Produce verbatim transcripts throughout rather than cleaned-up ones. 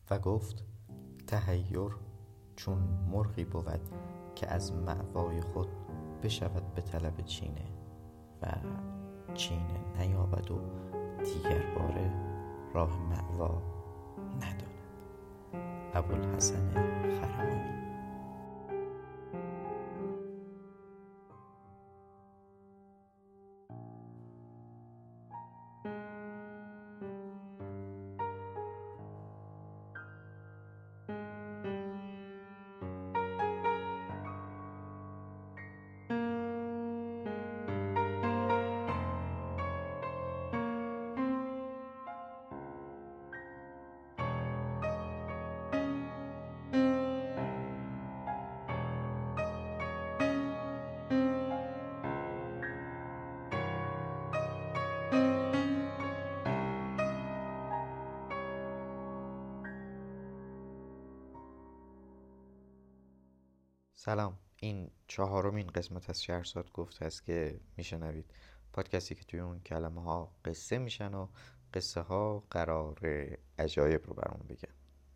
و گفت تحیر چون مرغی بود که از مأوای خود بشود به طلب چینه و چینه نیابد و دیگر باره راه مأوا نداند. ابوالحسن خرمانی. سلام، این چهارمین قسمت از شهرزاد گفته است که میشنوید. پادکستی که توی اون کلمه ها قصه میشن و قصه ها قرار عجایب رو برامون بگن.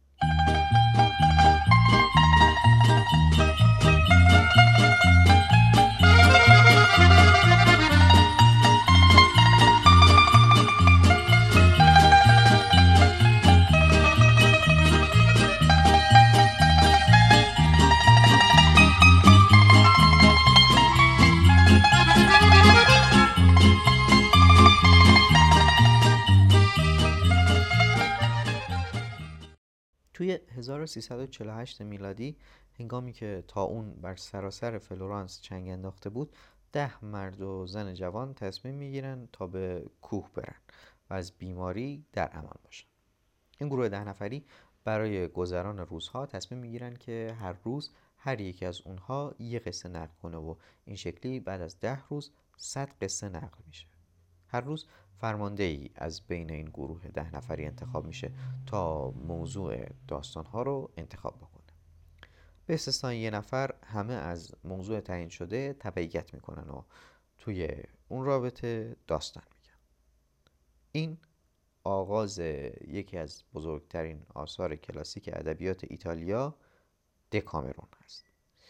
توی هزار و سیصد و چهل و هشت میلادی، هنگامی که طاعون بر سراسر فلورانس چنگ انداخته بود، ده مرد و زن جوان تصمیم میگیرن تا به کوه برن و از بیماری در امان باشن. این گروه ده نفری برای گذران روزها تصمیم میگیرن که هر روز هر یکی از اونها یه قصه نقل کنه و این شکلی بعد از ده روز صد قصه نقل میشه. هر روز فرمانده‌ای از بین این گروه ده نفری انتخاب میشه تا موضوع داستانها رو انتخاب بکنه. به استثنای یه نفر همه از موضوع تعیین شده تبعیت میکنن و توی اون رابطه داستان میگن. این آغاز یکی از بزرگترین آثار کلاسیک ادبیات ایتالیا، دکامرون هست.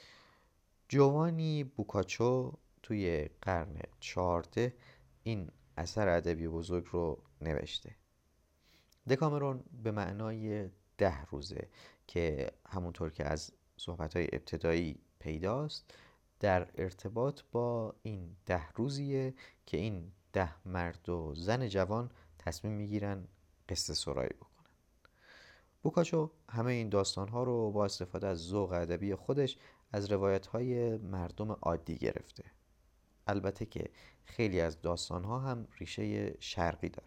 جوانی بوکاچو توی قرن چهارده این اثر ادبی بزرگ رو نوشته. دکامرون به معنای ده روزه که همونطور که از صحبت‌های ابتدایی پیداست در ارتباط با این ده روزیه که این ده مرد و زن جوان تصمیم میگیرن قصه سرایی بکنن. بوکاچو همه این داستان‌ها رو با استفاده از ذوق ادبی خودش از روایت‌های مردم عادی گرفته. البته که خیلی از داستان‌ها هم ریشه شرقی دارن.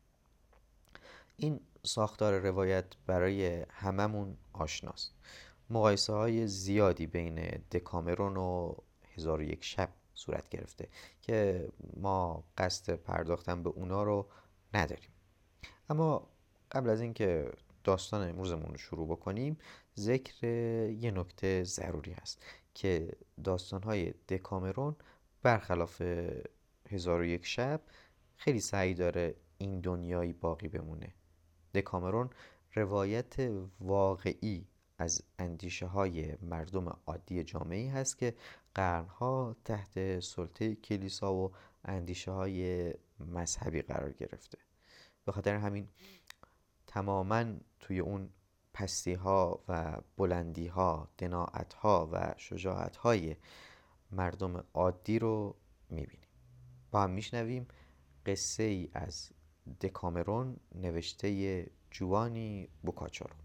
این ساختار روایت برای هممون آشناست. مقایسه های زیادی بین دکامرون و هزار و یک شب صورت گرفته که ما قصد پرداختن به اونا رو نداریم. اما قبل از اینکه داستان امروزمون رو شروع بکنیم، ذکر یه نکته ضروری هست که داستان‌های دکامرون برخلاف هزار و یک شب خیلی سعی داره این دنیایی باقی بمونه. دکامرون روایت واقعی از اندیشه های مردم عادی جامعه‌ای هست که قرنها تحت سلطه کلیسا و اندیشه های مذهبی قرار گرفته. به خاطر همین تماماً توی اون پستی ها و بلندی ها، دناعت ها و شجاعت های مردم عادی رو میبینیم. با هم میشنویم قصه ای از دکامرون نوشته جوانی بوکاچو رو.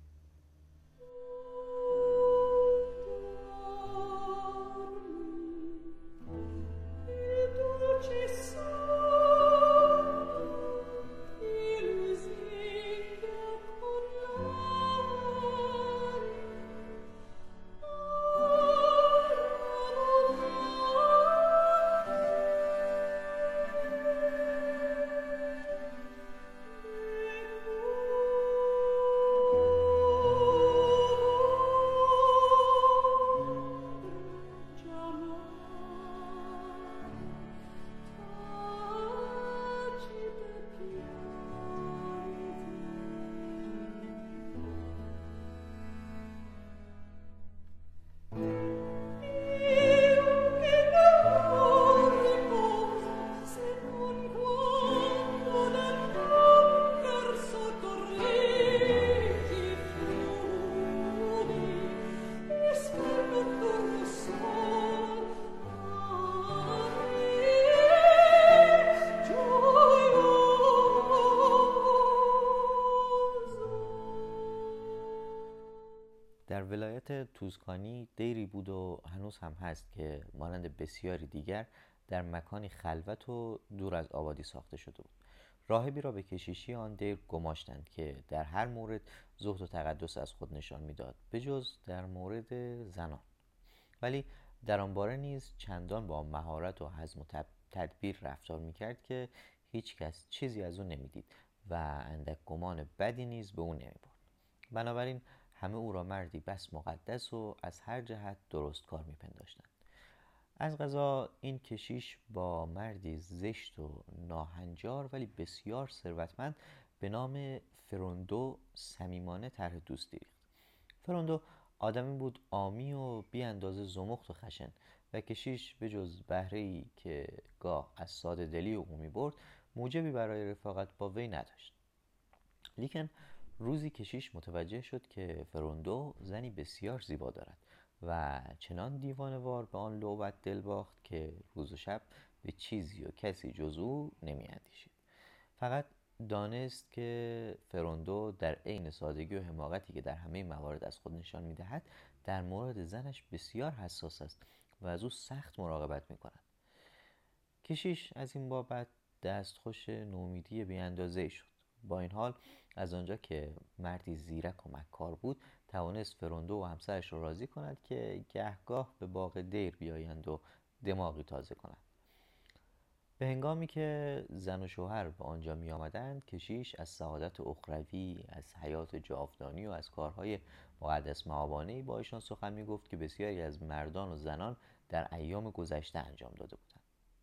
در ولایت توسکانی دیری بود و هنوز هم هست که مانند بسیاری دیگر در مکانی خلوت و دور از آبادی ساخته شده بود. راهبی را به کشیشی آن دیر گماشتند که در هر مورد زهد و تقدس از خود نشان میداد، به جز در مورد زنان. ولی در آن باره نیز چندان با مهارت و حزم و تدبیر رفتار میکرد که هیچ کس چیزی از او نمیدید و اندک گمان بدی نیز به او نمیبرد. بنابراین همه او را مردی بس مقدس و از هر جهت درست کار میپنداشتند. از قضا این کشیش با مردی زشت و ناهنجار ولی بسیار ثروتمند به نام فروندو صمیمانه طرح دوستی ریخت. فروندو آدمی بود عامی و بی اندازه زمخت و خشن و کشیش به جز بهره‌ای که گاه از ساده دلی او می‌برد موجبی برای رفاقت با وی نداشت. لیکن روزی کشیش متوجه شد که فروندو زنی بسیار زیبا دارد و چنان دیوانه‌وار به آن لعبت دل باخت که روز و شب به چیزی و کسی جز او نمی‌اندیشید. فقط دانست که فروندو در عین سادگی و حماقتی که در همه موارد از خود نشان می‌دهد در مورد زنش بسیار حساس است و از او سخت مراقبت می‌کند. کشیش از این بابت دستخوش نومیدی بی‌اندازه‌ای شد. با این حال از آنجا که مردی زیرک و مکار بود توانست فروندو و همسرش را راضی کند که گهگاه به باغ دیر بیایند و دماغی تازه کنند. به هنگامی که زن و شوهر به آنجا می آمدند کشیش از سعادت اخروی، از حیات جاودانی و از کارهای مقدس مآبانه‌ای با ایشان سخن می گفت که بسیاری از مردان و زنان در ایام گذشته انجام داده بودند.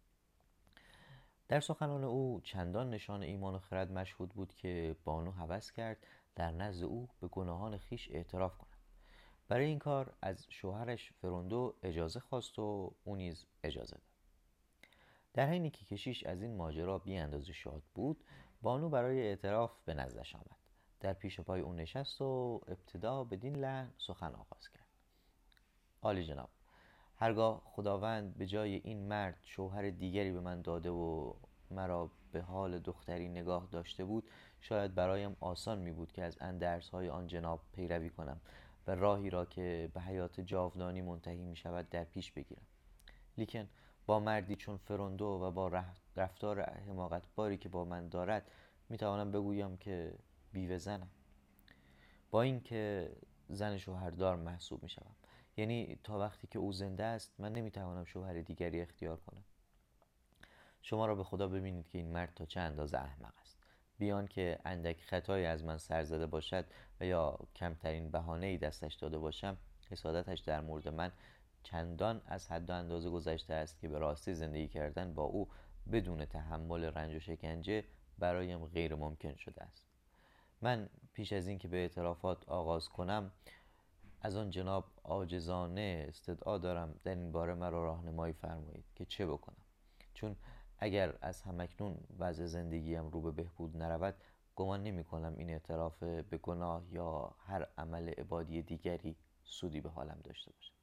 در سخنان او چندان نشان ایمان و خرد مشهود بود که بانو هوس کرد در نزد او به گناهان خیش اعتراف کند. برای این کار از شوهرش فروندو اجازه خواست و او نیز اجازه داد. در حینی که کشیش از این ماجرا بی اندازه شاد بود، بانو برای اعتراف به نزدش آمد. در پیش پای او نشست و ابتدا بدین لحن سخن آغاز کرد: عالی جناب، هرگاه خداوند به جای این مرد شوهر دیگری به من داده و مرا به حال دختری نگاه داشته بود، شاید برایم آسان می بود که از اندرزهای آن جناب پیروی کنم و راهی را که به حیات جاودانی منتهی می شود در پیش بگیرم. لیکن با مردی چون فروندو و با رفتار حماقتباری که با من دارد می توانم بگویم که بیوه زنم، با این که زن شوهردار محسوب می شوم. یعنی تا وقتی که او زنده است من نمی توانم شوهر دیگری اختیار کنم. شما را به خدا ببینید که این مرد تا چه اندازه احمق است. بیان که اندک خطایی از من سر زده باشد و یا کمترین بهانه‌ای دستش داده باشم، حسادتش در مورد من چندان از حد و اندازه گذشته است که به راستی زندگی کردن با او بدون تحمل رنج و شکنجه برایم غیر ممکن شده است. من پیش از این که به اعترافات آغاز کنم از آن جناب عاجزانه استدعا دارم در این باره مرا راهنمایی فرمایید که چه بکنم، چون اگر از همکنون وضع زندگیم رو به بهبود نرود گمان نمی کنم این اعتراف به گناه یا هر عمل عبادی دیگری سودی به حالم داشته باشد.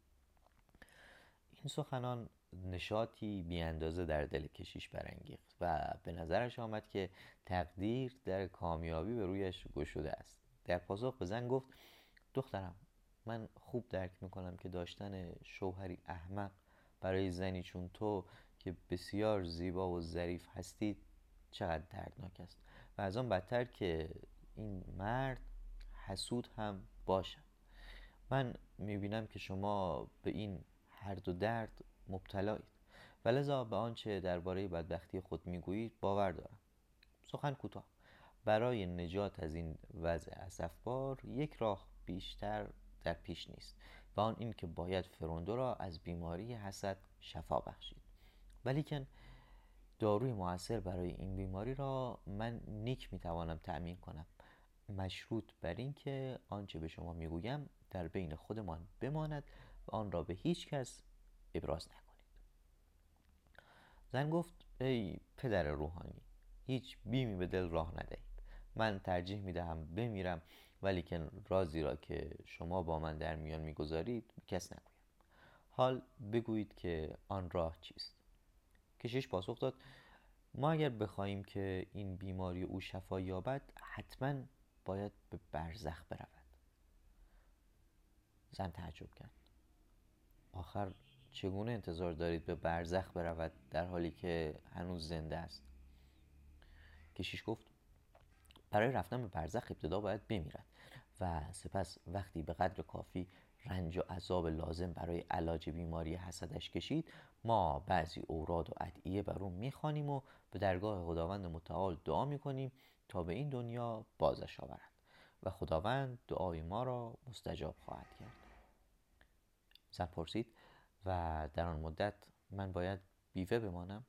این سخنان نشاطی بی اندازه در دل کشیش برانگیخت و به نظرش آمد که تقدیر در کامیابی به رویش گشوده است. در پاسخ به زن گفت: دخترم، من خوب درک میکنم که داشتن شوهری احمق برای زنی چون تو که بسیار زیبا و ظریف هستی چقدر دردناک است و از آن بدتر که این مرد حسود هم باشد. من میبینم که شما به این هر دو درد مبتلایید و لذا به آنچه درباره بدبختی خود میگویید باور دارم. سخن کوتاه، برای نجات از این وضع اسفبار یک راه بیشتر در پیش نیست و آن این که باید فروندو را از بیماری حسد شفا بخشید. ولیکن داروی مؤثر برای این بیماری را من نیک میتوانم تأمین کنم، مشروط بر این که آنچه به شما میگویم در بین خودمان بماند و آن را به هیچ کس ابراز نکنید. زن گفت: ای پدر روحانی، هیچ بیمی به دل راه ندهید. من ترجیح میدهم بمیرم، ولیکن رازی را که شما با من در میان میگذارید به کس نگویم. حال بگویید که آن راه چیست؟ کشیش پاسخ داد: ما اگر بخواهیم که این بیماری او شفا یابد حتما باید به برزخ برود. زن تعجب کرد. آخر چگونه انتظار دارید به برزخ برود در حالی که هنوز زنده است؟ کشیش گفت برای رفتن به برزخ ابتدا باید بمیرد و سپس وقتی به قدر کافی رنج و عذاب لازم برای علاج بیماری حسدش کشید، ما بعضی اوراد و ادعیه بر او میخوانیم و به درگاه خداوند متعال دعا میکنیم تا به این دنیا بازش آورد و خداوند دعای ما را مستجاب خواهد کرد. زن پرسید و در آن مدت من باید بیوه بمانم؟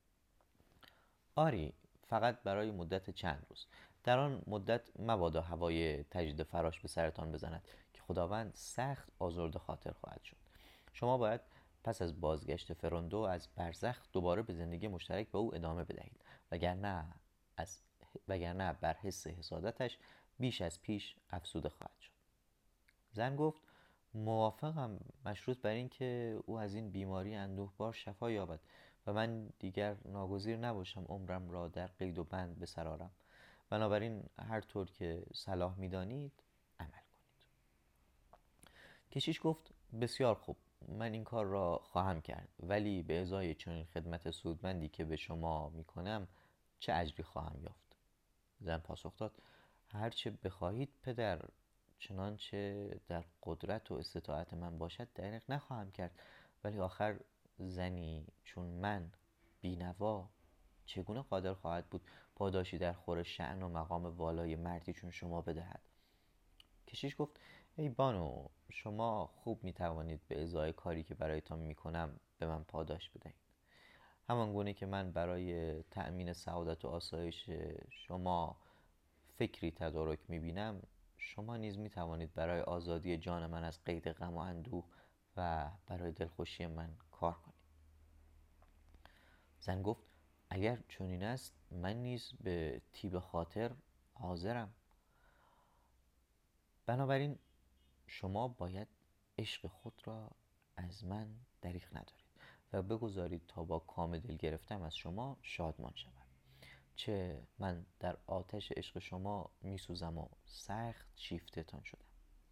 آری، فقط برای مدت چند روز. در آن مدت مبادا هوای تجدید فراش به سرتان بزند که خداوند سخت آزرده خاطر خواهد شد. شما باید پس از بازگشت فرندو از برزخ دوباره به زندگی مشترک با او ادامه بدهید، وگرنه از وگرنه بر حس حسادتش بیش از پیش افسوده خواهد شد. زن گفت موافقم، مشروط بر این که او از این بیماری اندوهبار شفا یابد و من دیگر ناگزیر نباشم عمرم را در قید و بند بسرارم. بنابراین هر طور که صلاح می‌دانید عمل کنید. کشیش گفت بسیار خوب، من این کار را خواهم کرد، ولی به ازای چنین خدمت سودمندی که به شما میکنم چه اجری خواهم یافت؟ زن پاسخ داد هرچه بخواهید پدر، چنانچه در قدرت و استطاعت من باشد دریغ نخواهم کرد، ولی آخر زنی چون من بینوا چگونه قادر خواهد بود پاداشی در خور شأن و مقام والای مردی چون شما بدهد؟ کشیش گفت ای بانو، شما خوب میتوانید به ازای کاری که برایتان میکنم به من پاداش بدهید. همان گونه که من برای تأمین سعادت و آسایش شما فکری تدارک میبینم، شما نیز میتوانید برای آزادی جان من از قید غم و اندوه و برای دلخوشی من کار کنید. زن گفت اگر چنین است من نیز به طیب خاطر حاضرم. بنابراین شما باید عشق خود را از من دریغ ندارید و بگذارید تا با کام دل گرفتم از شما شادمان شوم، چه من در آتش عشق شما میسوزم و سخت شیفته تان شدم.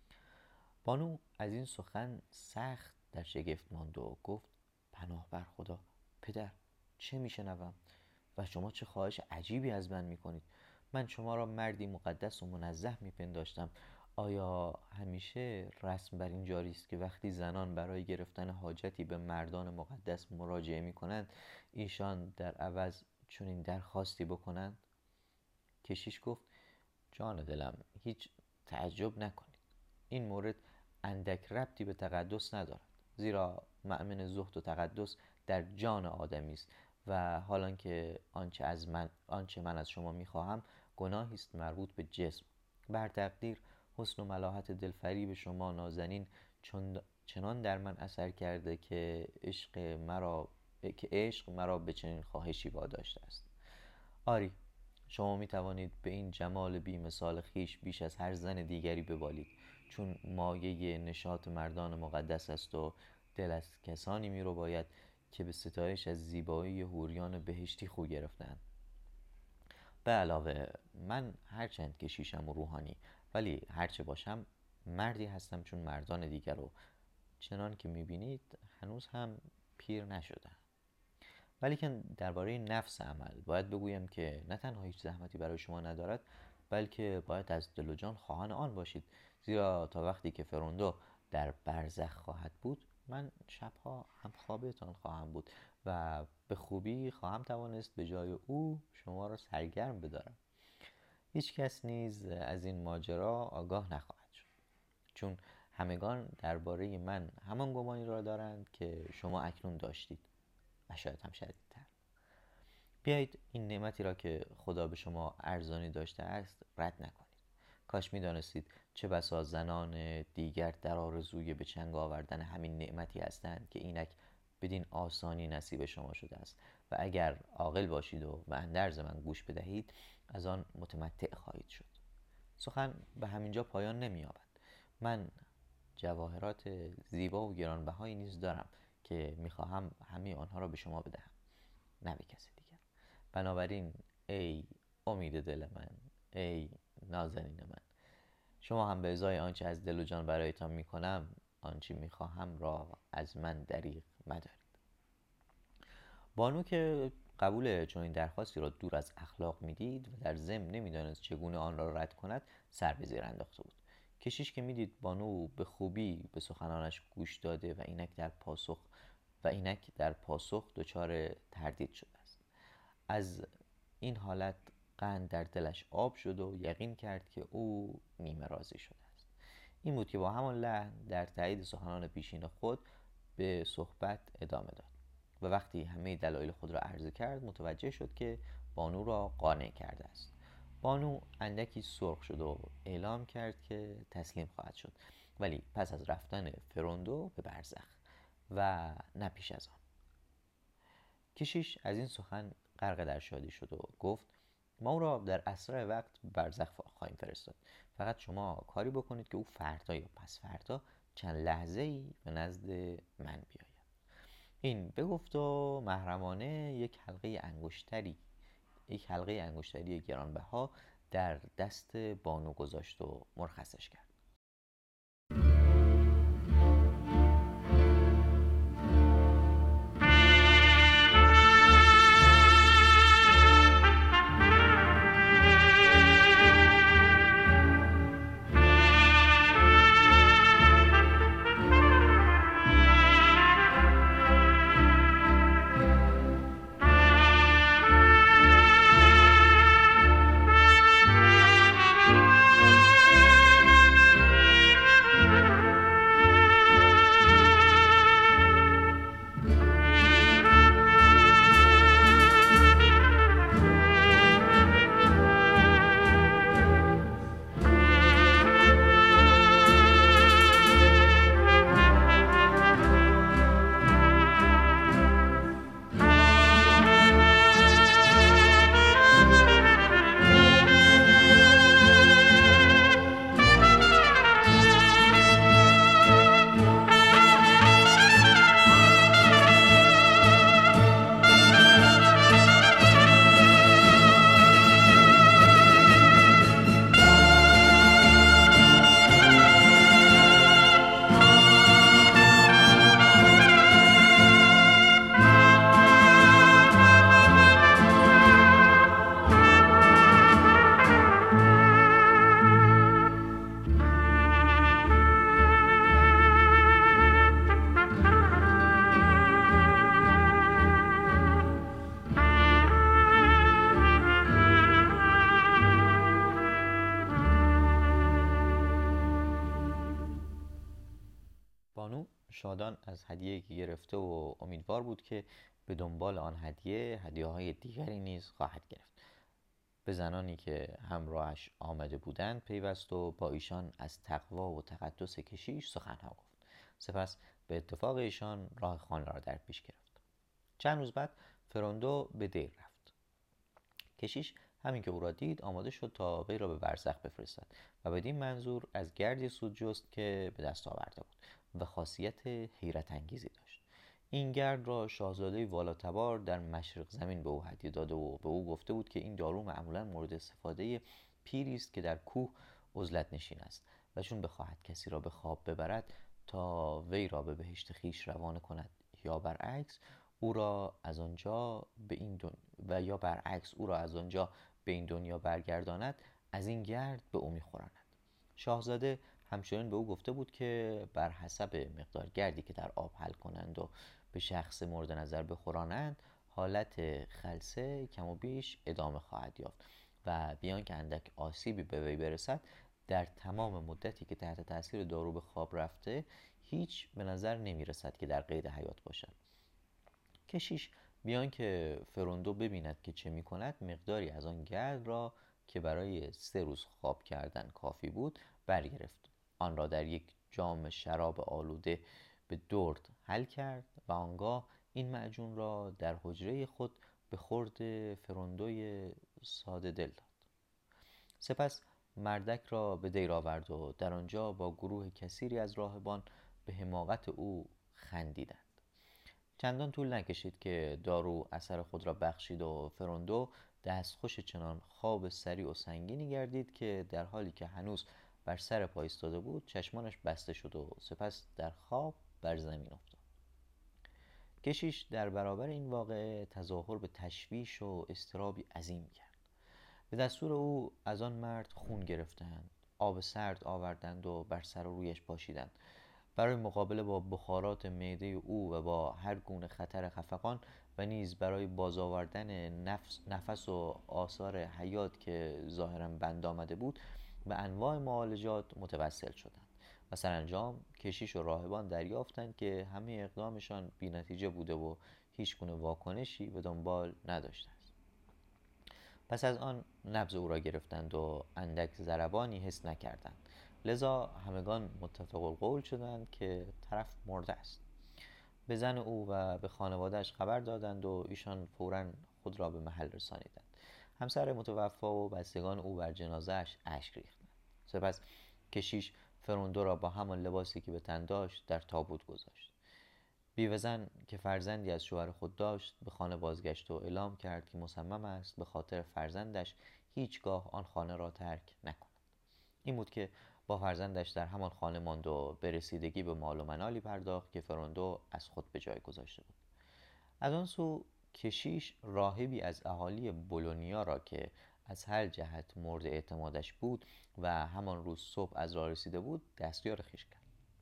بانو از این سخن سخت در شگفت ماند و گفت پناه بر خدا پدر، چه میشنوم و شما چه خواهش عجیبی از من میکنید؟ من شما را مردی مقدس و منزه میپنداشتم. آیا همیشه رسم بر این جاری است که وقتی زنان برای گرفتن حاجتی به مردان مقدس مراجعه میکنند ایشان در عوض چنین درخواستی بکنند؟ کشیش گفت جان دلم، هیچ تعجب نکنید. این مورد اندک ربطی به تقدس ندارد، زیرا مأمن زهد و تقدس در جان آدمی است و حالان که آنچه از من آنچه من از شما میخواهم گناهی است مربوط به جسم. بر تقدیر حسن و ملاحت دلفریب شما نازنین چون چنان در من اثر کرده که عشق مرا که عشق مرا به چنین خواهشی واداشته است. آری، شما می توانید به این جمال بی مثال خیش بیش از هر زن دیگری ببالید، چون مایه نشاط مردان مقدس است و دل از کسانی می رو باید که به ستایش از زیبایی حوریان بهشتی خو گرفتند. به علاوه من هرچند کشیشم و روحانی، ولی هرچه باشم مردی هستم چون مردان دیگر و چنان که می بینید هنوز هم پیر نشدم. ولی که درباره نفس عمل باید بگویم که نه تنها هیچ زحمتی برای شما ندارد، بلکه باید از دل و جان خواهان آن باشید، زیرا تا وقتی که فرندو در برزخ خواهد بود من شبها هم خوابتان خواهم بود و به خوبی خواهم توانست به جای او شما را سرگرم بدارم. هیچ کس نیز از این ماجرا آگاه نخواهد شد، چون همگان درباره من همان گمانی را دارند که شما اکنون داشتید و شاید هم شدیدتر. بیایید این نعمتی را که خدا به شما ارزانی داشته است رد نکنید. کاش می دانستید چه بسا زنان دیگر در آرزوی به چنگ آوردن همین نعمتی هستند که اینک بدین آسانی نصیب شما شده است و اگر عاقل باشید و به اندرز من گوش بدهید از آن متمتع خواهید شد. سخن به همینجا پایان نمی یابد. من جواهرات زیبا و گرانبهایی نیز دارم که میخواهم همه آنها را به شما بدهم، نه به کسی دیگر. بنابراین ای امید دل من، ای نازنین من، شما هم به ازای آنچه از دل و جان برایتان میکنم آنچه میخواهم را از من دریغ مدارید. بانو که قبول چنین درخواستی را دور از اخلاق میدید و در ضمن نمیدانست چگونه آن را رد کند، سر به زیر انداخته بود. کشیش که میدید بانو به خوبی به سخنانش گوش داده و اینک در پاسخ و اینک در پاسخ دچار تردید شده است، از این حالت قند در دلش آب شد و یقین کرد که او نیمه راضی شده است. این بود که با همان لحن در تایید سخنان پیشین خود به صحبت ادامه داد و وقتی همه دلایل خود را عرضه کرد متوجه شد که بانو را قانع کرده است. بانو اندکی سرخ شد و اعلام کرد که تسلیم خواهد شد، ولی پس از رفتن فروندو به برزخ و نه پیش از آن. کشیش از این سخن غرق در شادی شد و گفت ما او را در اسرع وقت برزخ خواهیم فرستاد، فقط شما کاری بکنید که او فردا یا پس فردا چند لحظه ای به نزد من بیاید. این بگفت و محرمانه یک حلقه انگشتری یک حلقه انگشتری گرانبها در دست بانو گذاشت و مرخصش کرد. بانو شادان از هدیه‌ای که گرفته و امیدوار بود که به دنبال آن هدیه هدیه‌های دیگری نیز خواهد گرفت، به زنانی که همراهش آمده بودند پیوست و با ایشان از تقوا و تقدس کشیش سخنها گفت. سپس به اتفاق ایشان راه خانه را در پیش گرفت. چند روز بعد فروندو به دیر رفت. کشیش همین که او را دید آماده شد تا وی را به برزخ بفرستد و بدین منظور از گردی سود جست که به دست آورده بود و خاصیت حیرت انگیزی داشت. این گرد را شاهزاده والاتبار در مشرق زمین به او هدیه داده و به او گفته بود که این دارو معمولا مورد استفاده پیری است که در کوه عزلت نشین است و چون بخواهد کسی را به خواب ببرد تا وی را به بهشت خیش روانه کند یا برعکس او را از آنجا به این دن... و یا برعکس او را از آنجا به این دنیا برگرداند، از این گرد به او می‌خوراند. شاهزاده همچنین به او گفته بود که بر حسب مقدار گردی که در آب حل کنند و به شخص مورد نظر بخورانند حالت خلسه کم و بیش ادامه خواهد یافت و بیان که اندک آسیبی به وی برسد در تمام مدتی که تحت تاثیر دارو به خواب رفته هیچ به نظر نمی رسد که در قید حیات باشد. کشیش بیان که فروندو ببیند که چه می کند مقداری از آن گرد را که برای سه روز خواب کردن کافی بود برگرفت، آن را در یک جام شراب آلوده به درد حل کرد و آنگاه این معجون را در حجره خود به خورد فروندوی ساده دل داد. سپس مردک را به دیر آورد و در آنجا با گروه کثیری از راهبان به حماقت او خندیدند. چندان طول نکشید که دارو اثر خود را بخشید و فروندو دستخوش چنان خواب سریع و سنگینی گردید که در حالی که هنوز بر سر پا ایستاده بود چشمانش بسته شد و سپس در خواب بر زمین افتاد. کشیش در برابر این واقعه تظاهر به تشویش و اضطرابی عظیم کرد. به دستور او از آن مرد خون گرفتند، آب سرد آوردند و بر سر و رویش پاشیدند. برای مقابله با بخارات معده او و با هر گونه خطر خفقان و نیز برای باز آوردن نفس، نفس و آثار حیات که ظاهراً بند آمده بود، به انواع معالجات متوسل شدند و سرانجام کشیش و راهبان دریافتند که همه اقدامشان بی‌نتیجه بوده و هیچ گونه واکنشی به دنبال نداشته است. پس از آن نبض او را گرفتند و اندک ضربانی حس نکردند، لذا همگان متفق القول شدند که طرف مرده است. به زن او و به خانواده‌اش خبر دادند و ایشان فوراً خود را به محل رسانیدند. همسر متوفی و بستگان او بر جنازه‌اش اشک ریختند. سپس کشیش فروندو را با همان لباسی که به تن داشت در تابوت گذاشت. بیوه زن که فرزندی از شوهر خود داشت به خانه بازگشت و اعلام کرد که مصمم است به خاطر فرزندش هیچگاه آن خانه را ترک نکند. این بود که با فرزندش در همان خانه ماند و به رسیدگی به مال و منالی پرداخت که فروندو از خود به جای گذاشته بود. از آن سو کشیش راهبی از اهالی بولونیا را که از هر جهت مورد اعتمادش بود و همان روز صبح از راه رسیده بود دستیار خویش کرد.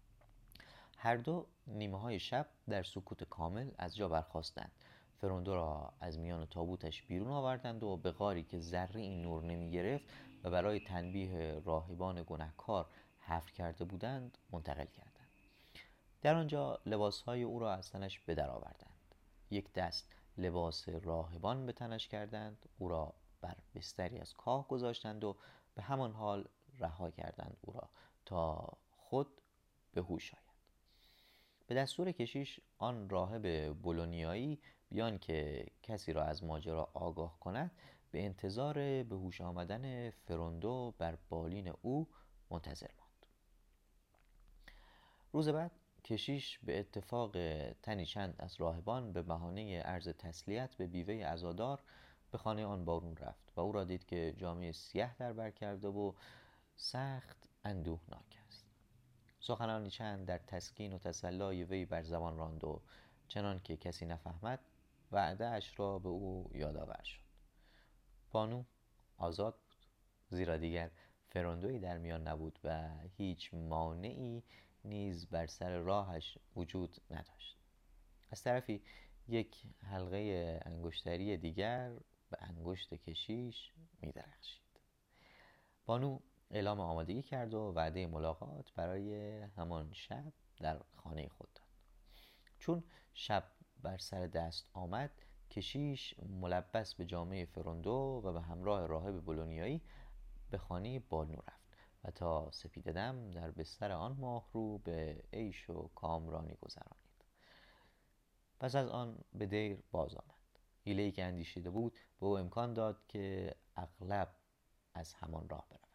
هر دو نیمه های شب در سکوت کامل از جا برخاستند. فروندو را از میان تابوتش بیرون آوردند و به غاری که ذره این نور نمی گرفت و برای تنبیه راهبان گنهکار حفر کرده بودند منتقل کردند. در آنجا لباسهای او را از تنش به در آوردند. یک دست لباس راهبان به تنش کردند، او را بر بستری از کاه گذاشتند و به همان حال رها کردند او را تا خود به هوش آید. به دستور کشیش آن راهب بولونیایی بیان که کسی را از ماجرا آگاه کند به انتظار به هوش آمدن فروندو بر بالین او منتظر ماند. روز بعد کشیش به اتفاق تنی چند از راهبان به بهانه عرض تسلیت به بیوه عزادار به خانه آن بارون رفت و او را دید که جامه سیاه در بر کرده و سخت اندوهناک است. سخنانی چند در تسکین و تسلای وی بر زبان راند و چنان که کسی نفهمد وعده اش را به او یادآور شد. بانو آزاد بود، زیرا دیگر فروندویی در میان نبود و هیچ مانعی نیز بر سر راهش وجود نداشت. از طرفی یک حلقه انگشتری دیگر به انگشت کشیش می درخشید. بانو اعلام آمادگی کرد و وعده ملاقات برای همان شب در خانه خود داد. چون شب بر سر دست آمد کشیش ملبس به جامعه فروندو و به همراه راهب بولونیایی به خانه بانو رفت و تا سپیده دم در بستر آن ماه رو به عیش و کامرانی گذرانید. پس از آن به دیر باز آمد. حیله‌ای که اندیشیده بود به او امکان داد که اغلب از همان راه برود.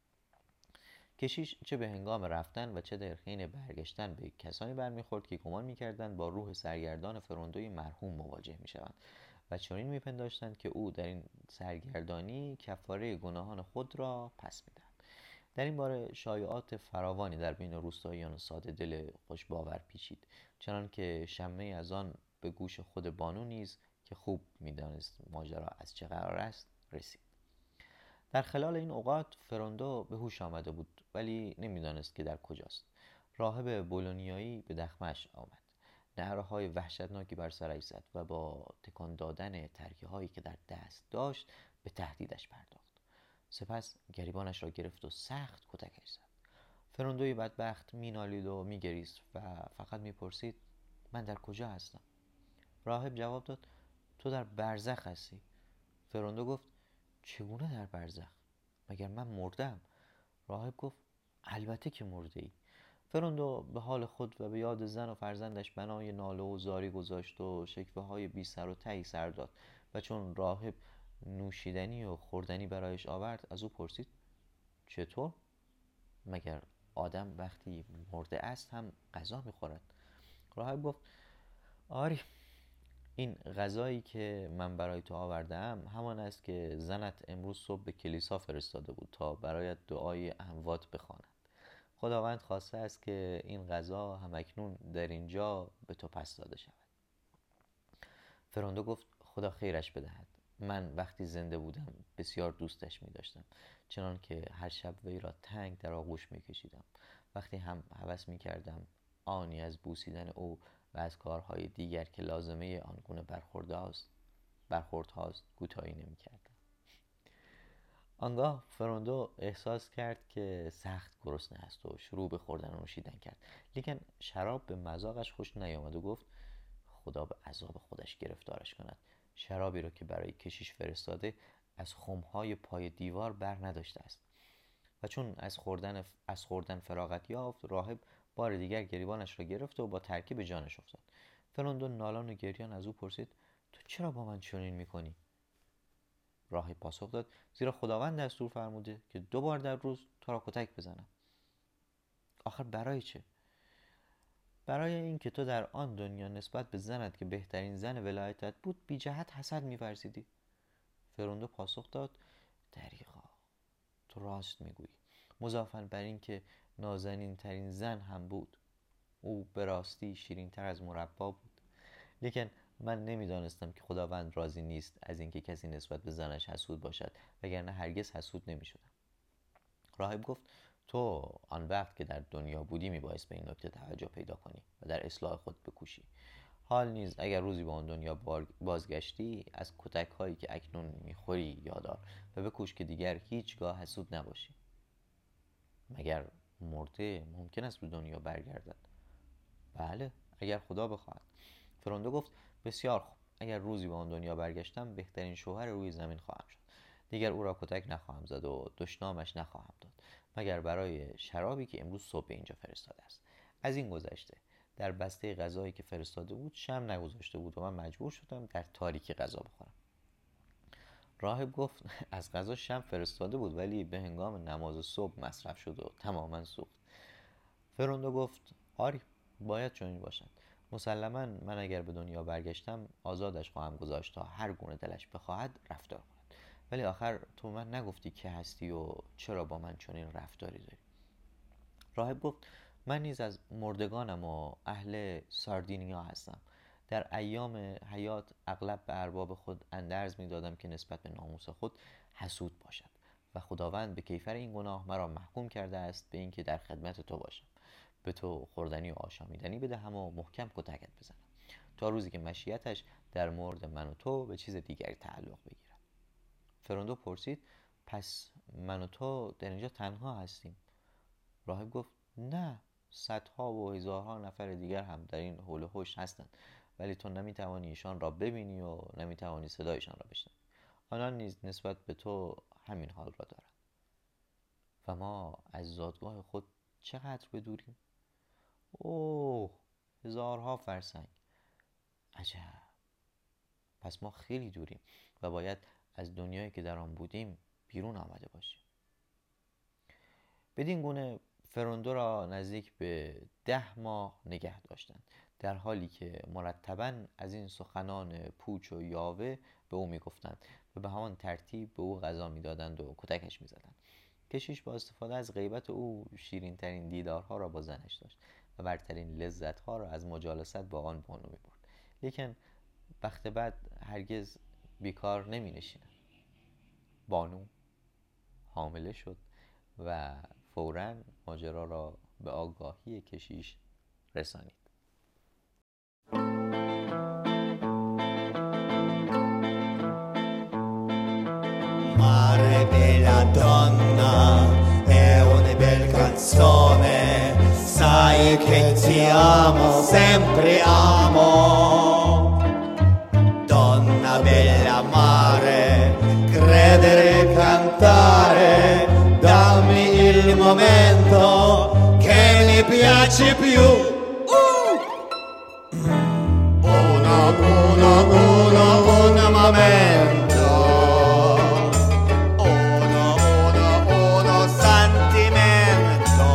کشیش چه به هنگام رفتن و چه در حین برگشتن به کسانی برمیخورد که گمان میکردند با روح سرگردان فروندوی مرحوم مواجه میشوند و چنین میپنداشتند که او در این سرگردانی کفاره گناهان خود را پس میدهد. در این باره شایعات فراوانی در بین روستاییان ساده دل خوشباور پیچید، چنان که شمه از آن به گوش خود بانو نیز که خوب میدانست ماجرا از چه قرار است رسید. در خلال این اوقات فروندو به هوش آمده بود ولی نمیدانست که در کجاست. راهب بولونیایی به دخمش آمد، نعره‌های وحشتناکی بر سرش زد و با تکان دادن ترکه هایی که در دست داشت به تهدیدش پرداخت. سپس گریبانش را گرفت و سخت کتکش زد. فروندوی بدبخت مینالید و میگریست و فقط میپرسید من در کجا هستم؟ راهب جواب داد تو در برزخ هستی. فروندو گفت چگونه در برزخ؟ مگر من مردم؟ راهب گفت البته که مرده ای. فروندو به حال خود و به یاد زن و فرزندش بنای ناله و زاری گذاشت و شکوه های بی سر و ته سر داد و چون راهب نوشیدنی و خوردنی برایش آورد از او پرسید چطور؟ مگر آدم وقتی مرده است هم غذا میخورد؟ راهب گفت آری، این غذایی که من برای تو آوردم همان است که زنت امروز صبح به کلیسا فرستاده بود تا برایت دعای اموات بخواند. خداوند خواسته است که این غذا همکنون در اینجا به تو پس داده شود. فروندو گفت خدا خیرش بدهد. من وقتی زنده بودم بسیار دوستش می داشتم، چنان که هر شب وی را تنگ در آغوش می کشیدم. وقتی هم هوس می کردم آنی از بوسیدن او و از کارهای دیگر که لازمه آنگونه برخورد هاست کوتاهی نمی کردم. آنگاه فروندو احساس کرد که سخت گرسنه است و شروع به خوردن و نوشیدن کرد، لیکن شراب به مذاقش خوش نیامد و گفت خدا به عذاب خودش گرفتارش کند. شرابی را که برای کشیش فرستاده از خمهای پای دیوار بر نداشته است. و چون از خوردن از خوردن فراغت یافت، راهب بار دیگر گریبانش را گرفت و با ترکیب جانش افتاد. فروندو نالان و گریان از او پرسید تو چرا با من چنین میکنی؟ راهب پاسخ داد زیرا خداوند دستور فرموده که دو بار در روز تو را کتک بزنم. آخر برای چه؟ برای اینکه تو در آن دنیا نسبت به زنت که بهترین زن ولایتت بود بی جهت حسد می‌ورزیدی. فروندو پاسخ داد دریغا، تو راست میگویی. مضافاً بر این که نازنین ترین زن هم بود. او به راستی شیرین تر از مربا بود. لیکن من نمیدانستم که خداوند راضی نیست از اینکه کسی نسبت به زنش حسود باشد، وگرنه هرگز حسود نمی‌شدم. راهب گفت تو آن وقت که در دنیا بودی میبایست به این نکته توجه پیدا کنی و در اصلاح خود بکوشی. حال نیز اگر روزی به آن دنیا بازگشتی از کتک هایی که اکنون میخوری یادار و بکوش که دیگر هیچگاه حسود نباشی. مگر مرده ممکن است به دنیا برگردد؟ بله، اگر خدا بخواهد. فروندو گفت بسیار خوب، اگر روزی به آن دنیا برگشتم بهترین شوهر روی زمین خواهم شد. دیگر او را کتک نخواهم زد و دشنامش نخواهم داد، مگر برای شرابی که امروز صبح اینجا فرستاده است. از این گذشته در بسته غذایی که فرستاده بود شمع نگذاشته بود و من مجبور شدم در تاریکی غذا بخورم. راهب گفت از غذا شمع فرستاده بود ولی به هنگام نماز صبح مصرف شد و تماما سوخت. فروندو گفت آری، باید چنین باشد. مسلماً من اگر به دنیا برگشتم آزادش خواهم گذاشت تا هر گونه دلش بخواهد رفتار کند. ولی آخر تو من نگفتی که هستی و چرا با من چنین رفتاری داری؟ راهب گفت من نیز از مردگانم و اهل ساردینیا هستم. در ایام حیات اغلب به ارباب خود اندرز می دادم که نسبت به ناموس خود حسود باشد و خداوند به کیفر این گناه مرا محکوم کرده است به اینکه در خدمت تو باشم، به تو خوردنی و آشامیدنی بدهم و محکم کتکت بزنم تا روزی که مشیتش در مورد من و تو به چیز دیگری تعلق بگیرد. فروندو پرسید پس من و تو در اینجا تنها هستیم؟ راهب گفت نه، صدها و هزارها نفر دیگر هم در این حول و حوش هستند، ولی تو نمیتوانی ایشان را ببینی و نمیتوانی صدایشان را بشنوی. آنان نیز نسبت به تو همین حال را دارند. و ما از زادگاه خود چقدر بدوریم؟ اوه، هزارها فرسنگ. عجب، پس ما خیلی دوریم و باید از دنیایی که در آن بودیم بیرون آمده باشیم. بدین گونه فروندو را نزدیک به ده ماه نگه داشتند، در حالی که مرتباً از این سخنان پوچ و یاوه به او میگفتند و به همان ترتیب به او غذا میدادند و کتکش میزدند. کشیش با استفاده از غیبت او شیرین ترین دیدارها را با زنش داشت و برترین لذتها را از مجالست با آن بانو میبرد. لیکن وقت بعد هرگز بیکار نمی نشیند. بانو حامله شد و فوراً ماجرا را به آگاهی کشیش رسانید. Mare bella donna, è una bella canzone, sai che ti amo, sempre amo. Donna bella mare, credere, cantare, dammi il momento che mi piace più. Uno, uno, uno, un momento. Uno, uno, uno sentimento.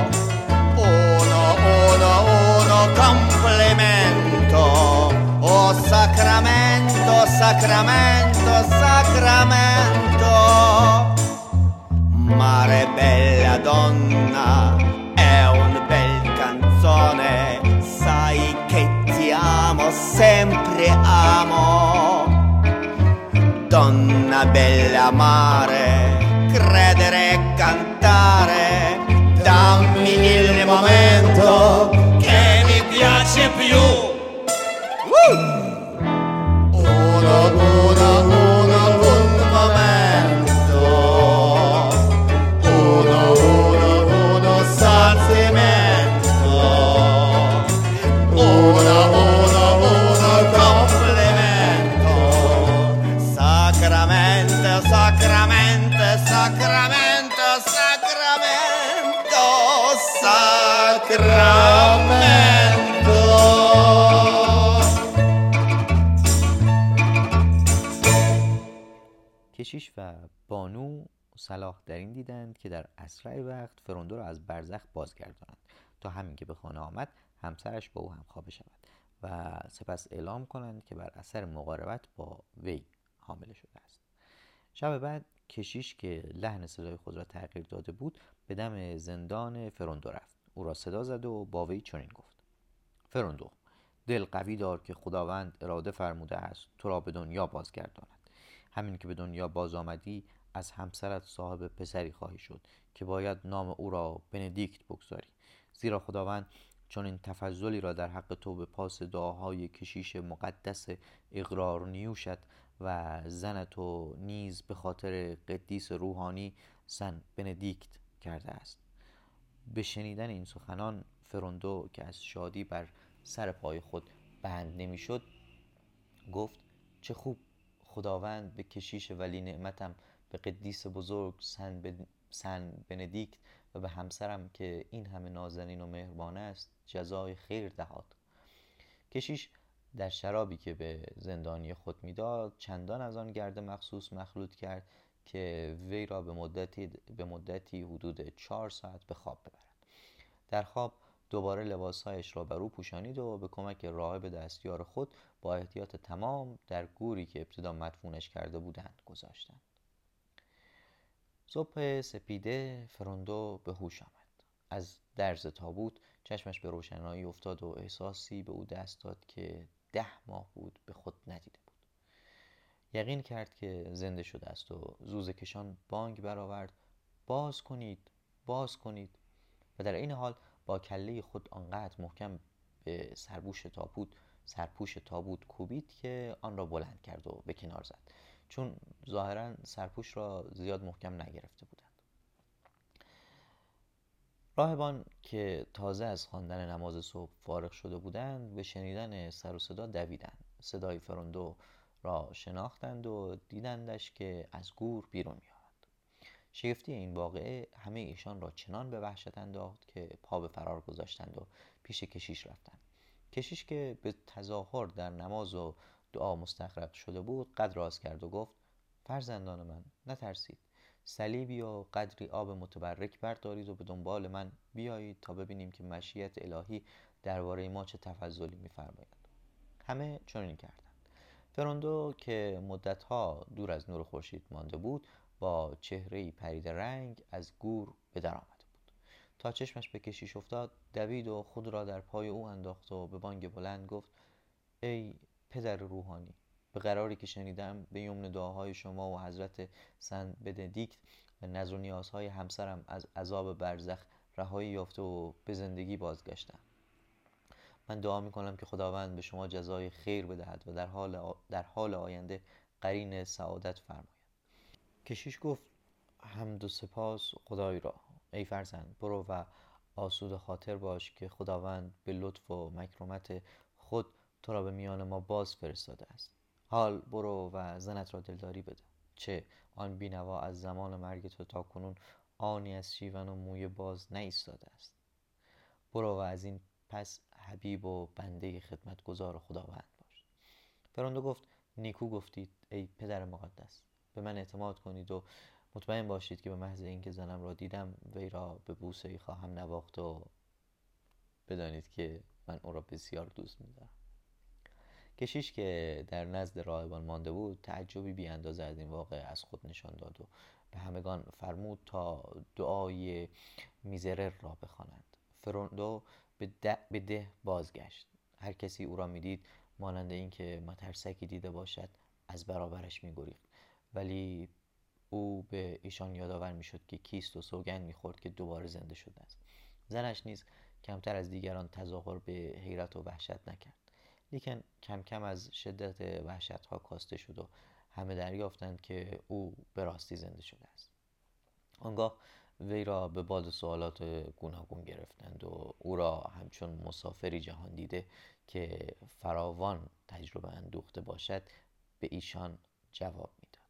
Uno, uno, uno complimento. Oh Sacramento, Sacramento. Mare bella donna, è un bel canzone, sai che ti amo, sempre amo. Donna bella mare, credere e cantare, dammi il momento che mi piace più. Uh! Uno, uno, uno, un momento. Uno, uno, uno, sentimento. Uno, uno, uno, complimento. Sacramento, Sacramento, Sacramento, Sacramento, Sacramento. کشیش و بانو صلاح در این دیدند که در اسرع وقت فرندو را از برزخ بازگردانند تا همین که به خانه آمد همسرش با او همخوابه شود و سپس اعلام کنند که بر اثر مقاربت با وی حامله شده است. شب بعد کشیش که لحن صدای خود را تغییر داده بود به دم زندان فرندو رفت. او را صدا زد و با وی چنین گفت: فرندو، دل قوی دار که خداوند اراده فرموده است تو را به دنیا بازگرداند. همین که به دنیا باز آمدی از همسرت صاحب پسری خواهی شد که باید نام او را بندیکت بگذاری، زیرا خداوند چون این تفضلی را در حق تو به پاس دعاهای کشیش مقدس اقرار نیوشت و زن تو نیز به خاطر قدیس روحانی زن بندیکت کرده است. به شنیدن این سخنان فرندو که از شادی بر سر پای خود بند نمیشد گفت: چه خوب، خداوند به کشیش ولی نعمتم، به قدیس بزرگ سن, بن... سن بندیکت و به همسرم که این همه نازنین و مهربان است جزای خیر دهاد. کشیش در شرابی که به زندانی خود میداد چندان از آن گرد مخصوص مخلوط کرد که وی را به مدتی, به مدتی حدود چهار ساعت به خواب ببرد. در خواب دوباره لباسهایش را بر او پوشانید و به کمک راهب دستیار خود با احتیاط تمام در گوری که ابتدا مدفونش کرده بودند گذاشتند. صبح سپیده فرندو به هوش آمد. از درز تابوت چشمش به روشنایی افتاد و احساسی به او دست داد که ده ماه بود به خود ندیده بود. یقین کرد که زنده شده است و زوزه کشان بانگ برآورد: باز کنید، باز کنید. و در این حال با کله خود آنقدر محکم به سرپوش تابوت سرپوش تابوت کوبید که آن را بلند کرد و به کنار زد، چون ظاهراً سرپوش را زیاد محکم نگرفته بودند. راهبان که تازه از خواندن نماز صبح فارغ شده بودند به شنیدن سر و صدا دویدند. صدای فرندو را شناختند و دیدندش که از گور بیرون می آمد. شگفتی این واقعه همه ایشان را چنان به وحشت انداخت که پا به فرار گذاشتند و پیش کشیش رفتند. کشیش که به تظاهر در نماز و دعا مستغرق شده بود قد راست کرد و گفت: فرزندان من، نترسید. صلیبی و قدری آب متبرک بردارید و به دنبال من بیایید تا ببینیم که مشیت الهی درباره ما چه تفضلی می‌فرماید. همه چنین کردند. فرندو که مدتها دور از نور خورشید مانده بود با چهره‌ای پریده رنگ از گور به در آمده بود. تا چشمش به کشیش افتاد دوید و خود را در پای او انداخت و به بانگ بلند گفت: ای پدر روحانی، به قراری که شنیدم به یمن دعاهای شما و حضرت سن بندیکت و نذر و نیازهای همسرم از عذاب برزخ رهایی یافته و به زندگی بازگشتم. من دعا میکنم که خداوند به شما جزای خیر بدهد و در حال, در حال آینده قرین سعادت فرماید. کشیش گفت: حمد و سپاس خدای را. ای فرزند، برو و آسود خاطر باش که خداوند به لطف و مکرمت خود تو را به میان ما باز فرستاده است. حال برو و زنت را دلداری بده، چه آن بینوا از زمان مرگ تو تا کنون آنی از شیون و موی باز نایستاده است. برو و از این پس حبیب و بنده خدمتگزار خداوند باش. فرندو گفت: نیکو گفتید ای پدر مقدس. به من اعتماد کنید و مطمئن باشید که به محض اینکه زنم را دیدم وی را به بوسه‌ای خواهم نواخت و بدانید که من او را بسیار دوست می‌دارم. کشیش که در نزد راهبان مانده بود تعجبی بی اندازه از این واقعه از خود نشان داد و به همگان فرمود تا دعای میزرر را بخوانند. فروندو به ده, به ده بازگشت. هر کسی او را میدید مانند این که مترسکی دیده باشد از برابرش میگریخت، ولی او به ایشان یادآور میشد که کیست و سوگند میخورد که دوباره زنده شده است. زنش نیز کمتر از دیگران تظاهر به حیرت و وحشت نکرد، لیکن کم کم از شدت وحشتها کاسته شد و همه دریافتند که او به راستی زنده شده است. آنگاه وی را به باد سوالات گوناگون گرفتند و او را همچون مسافری جهان دیده که فراوان تجربه اندوخته باشد به ایشان جواب میداد.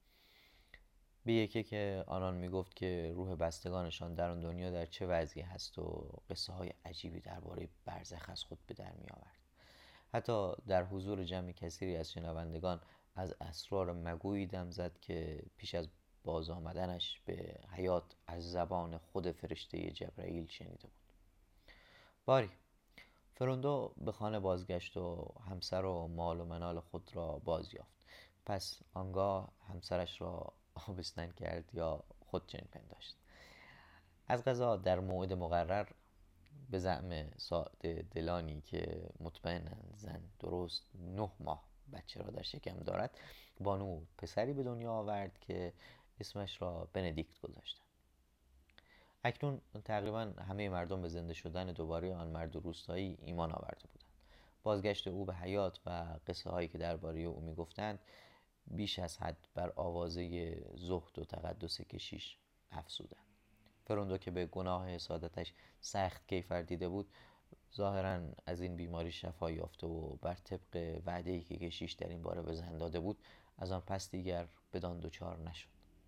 به یکی که آنان میگفت که روح بستگانشان در آن دنیا در چه وضعی هست و قصه های عجیبی درباره برزخ از خود به در می آورد. حتی در حضور جمع کثیری از شنوندگان از اسرار مگویی دم زد که پیش از باز آمدنش به حیات از زبان خود فرشته جبرائیل شنیده بود. باری فروندو به خانه بازگشت و همسر و مال و منال خود را باز یافت. پس آنگاه همسرش را آبستن کرد یا خود چنین پنداشت. از قضا در موعد مقرر به زعم ساده دلانی که مطمئنند زن درست نه ماه بچه را در شکم دارد، بانو پسری به دنیا آورد که اسمش را بندیکت گذاشتند. اکنون تقریبا همه مردم به زنده شدن دوباره آن مرد روستایی ایمان آورده بودند. بازگشت او به حیات و قصه هایی که درباره او میگفتند بیش از حد بر آوازه زهد و تقدس کشیش افزودند. فروندو که به گناه حسادتش سخت کیفر دیده بود، ظاهراً از این بیماری شفا یافته و بر طبق وعده‌ای که کشیش در این باره به زن داده بود از آن پس دیگر بدان دچار نشد.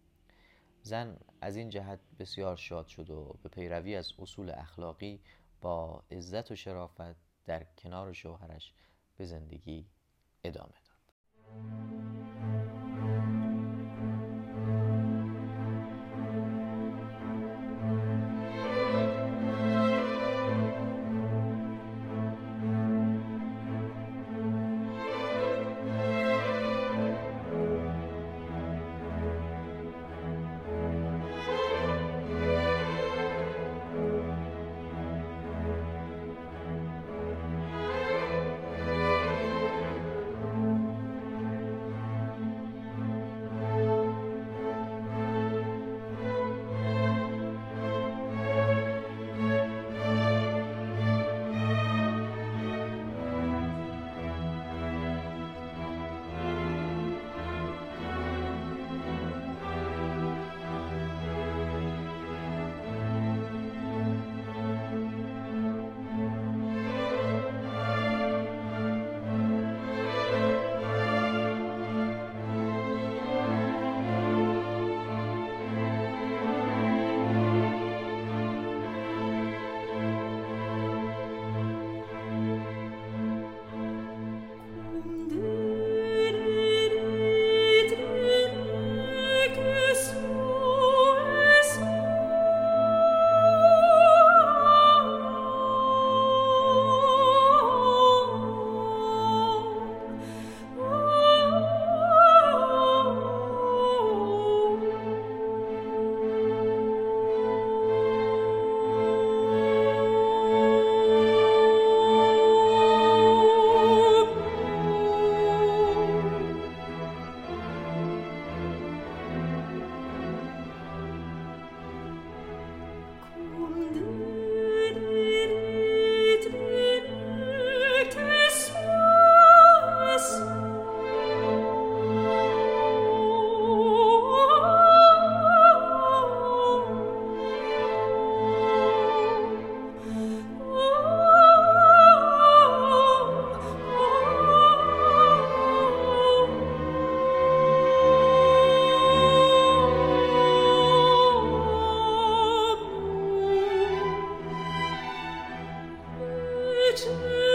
زن از این جهت بسیار شاد شد و به پیروی از اصول اخلاقی با عزت و شرافت در کنار شوهرش به زندگی ادامه داد. Ciao.